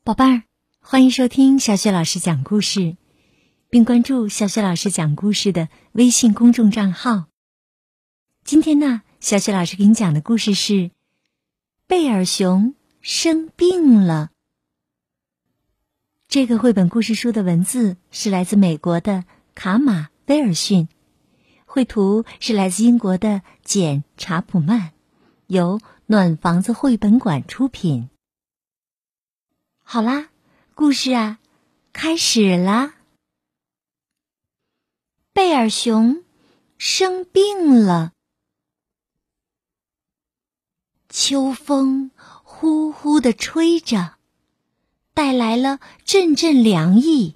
宝贝儿，欢迎收听小雪老师讲故事，并关注小雪老师讲故事的微信公众账号。今天呢，小雪老师给你讲的故事是贝尔熊生病了。这个绘本故事书的文字是来自美国的卡马·威尔逊，绘图是来自英国的简·查普曼，由暖房子绘本馆出品。好啦，故事啊，开始啦。贝尔熊生病了。秋风呼呼地吹着，带来了阵阵凉意。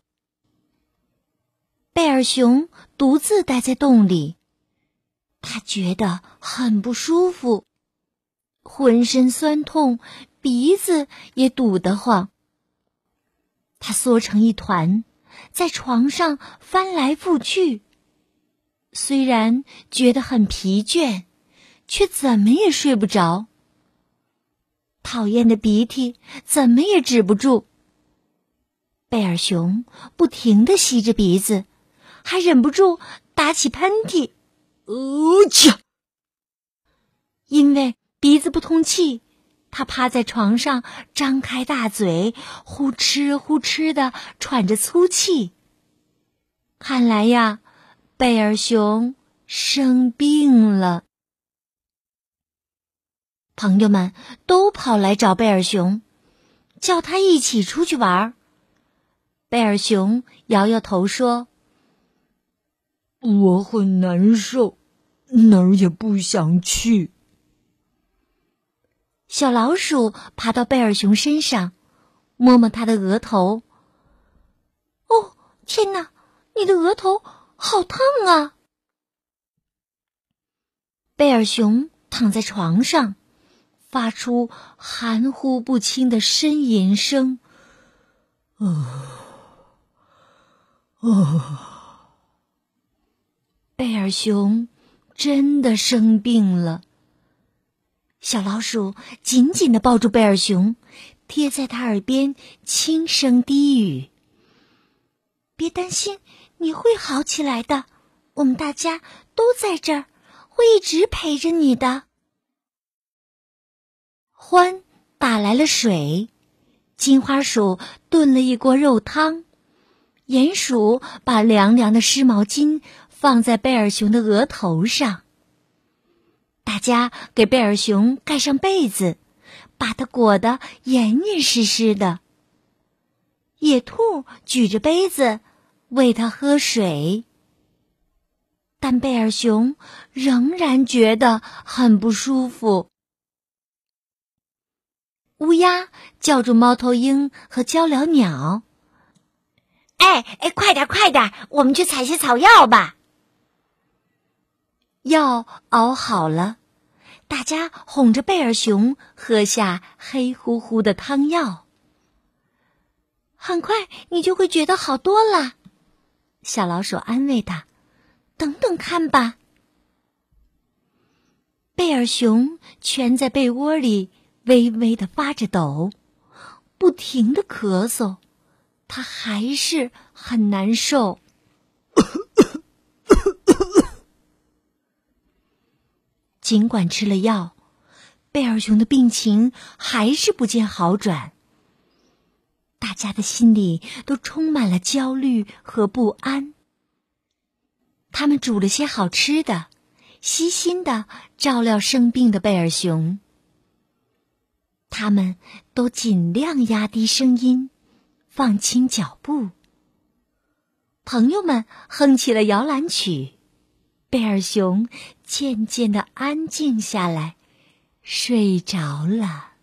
贝尔熊独自待在洞里，他觉得很不舒服，浑身酸痛，鼻子也堵得慌。他缩成一团，在床上翻来覆去，虽然觉得很疲倦，却怎么也睡不着。讨厌的鼻涕怎么也止不住。贝尔熊不停地吸着鼻子，还忍不住打起喷嚏。切！因为鼻子不通气，他趴在床上，张开大嘴，呼哧呼哧地喘着粗气。看来呀，贝尔熊生病了。朋友们都跑来找贝尔熊，叫他一起出去玩。贝尔熊摇摇头说：“ 我很难受，哪儿也不想去。” 小老鼠爬到贝尔熊身上，摸摸他的额头。哦，天哪，你的额头好烫啊！贝尔熊躺在床上，发出含糊不清的呻吟声。贝尔熊真的生病了。小老鼠紧紧地抱住贝尔熊，贴在他耳边轻声低语：“别担心，你会好起来的，我们大家都在这儿，会一直陪着你的。”獾打来了水，金花鼠炖了一锅肉汤，鼹鼠把凉凉的湿毛巾放在贝尔熊的额头上。大家给贝尔熊盖上被子，把它裹得严严实实的。野兔举着杯子喂它喝水，但贝尔熊仍然觉得很不舒服。乌鸦叫住猫头鹰和鹪鹩鸟：“ 快点，我们去采些草药吧。” 药熬好了，大家哄着贝尔熊喝下黑乎乎的汤药。很快你就会觉得好多了，小老鼠安慰他：“等等看吧。”贝尔熊蜷在被窝里，微微地发着抖，不停地咳嗽，他还是很难受。尽管吃了药，贝尔熊的病情还是不见好转。大家的心里都充满了焦虑和不安。他们煮了些好吃的，悉心地照料生病的贝尔熊。他们都尽量压低声音，放轻脚步。朋友们哼起了摇篮曲，贝尔熊渐渐地安静下来，睡着了。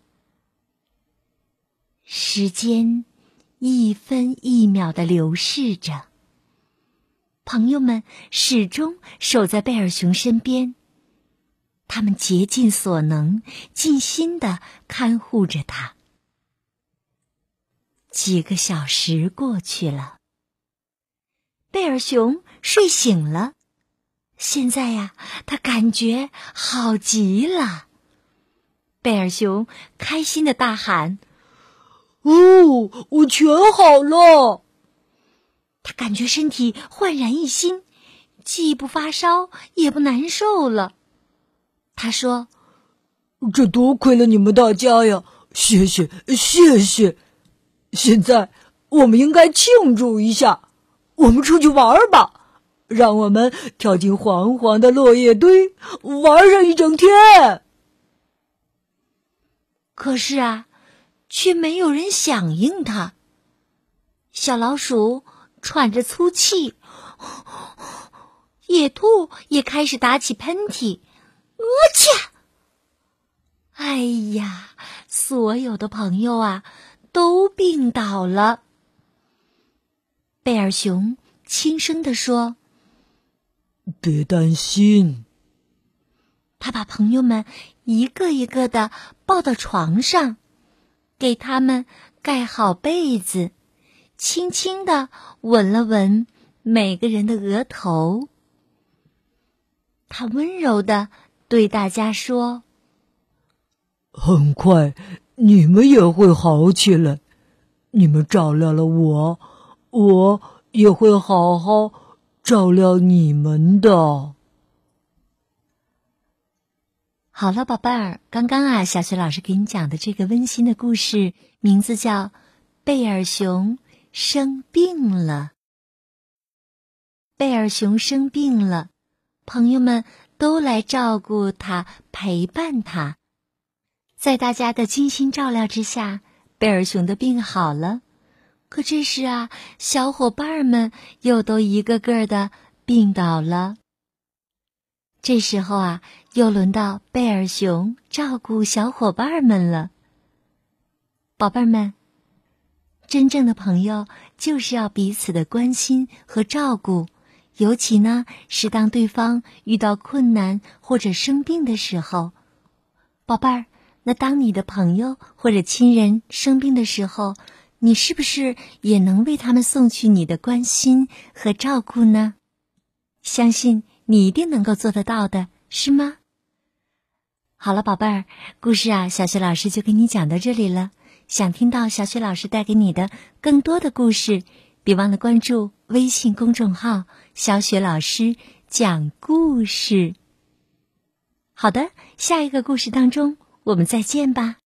时间一分一秒地流逝着，朋友们始终守在贝尔熊身边，他们竭尽所能，尽心地看护着他。几个小时过去了，贝尔熊睡醒了。现在呀，他感觉好极了。贝尔熊开心地大喊：“ 哦，我全好了。 他感觉身体焕然一新，既不发烧也不难受了。他说： 这多亏了你们大家呀，谢谢谢谢。现在我们应该庆祝一下，我们出去玩吧，让我们跳进黄黄的落叶堆，玩上一整天。 可是啊，却没有人响应他。小老鼠喘着粗气，野兔也开始打起喷嚏，切！哎呀，所有的朋友啊，都病倒了。贝尔熊轻声地说： 别担心。 他把朋友们一个一个的抱到床上，给他们盖好被子，轻轻地吻了吻每个人的额头。他温柔地对大家说： 很快你们也会好起来，你们照料了我，我也会好好照料你们的。 好了，宝贝儿，刚刚小雪老师给你讲的这个温馨的故事，名字叫《贝尔熊生病了》。贝尔熊生病了，朋友们都来照顾他，陪伴他。在大家的精心照料之下，贝尔熊的病好了。可这时小伙伴们又都一个个的病倒了。这时候又轮到贝尔熊照顾小伙伴们了。宝贝们，真正的朋友就是要彼此的关心和照顾，尤其呢是当对方遇到困难或者生病的时候。宝贝儿，那当你的朋友或者亲人生病的时候，你是不是也能为他们送去你的关心和照顾呢？相信你一定能够做得到的，是吗？好了，宝贝儿，故事小雪老师就给你讲到这里了。想听到小雪老师带给你的更多的故事，别忘了关注微信公众号小雪老师讲故事。好的，下一个故事当中我们再见吧。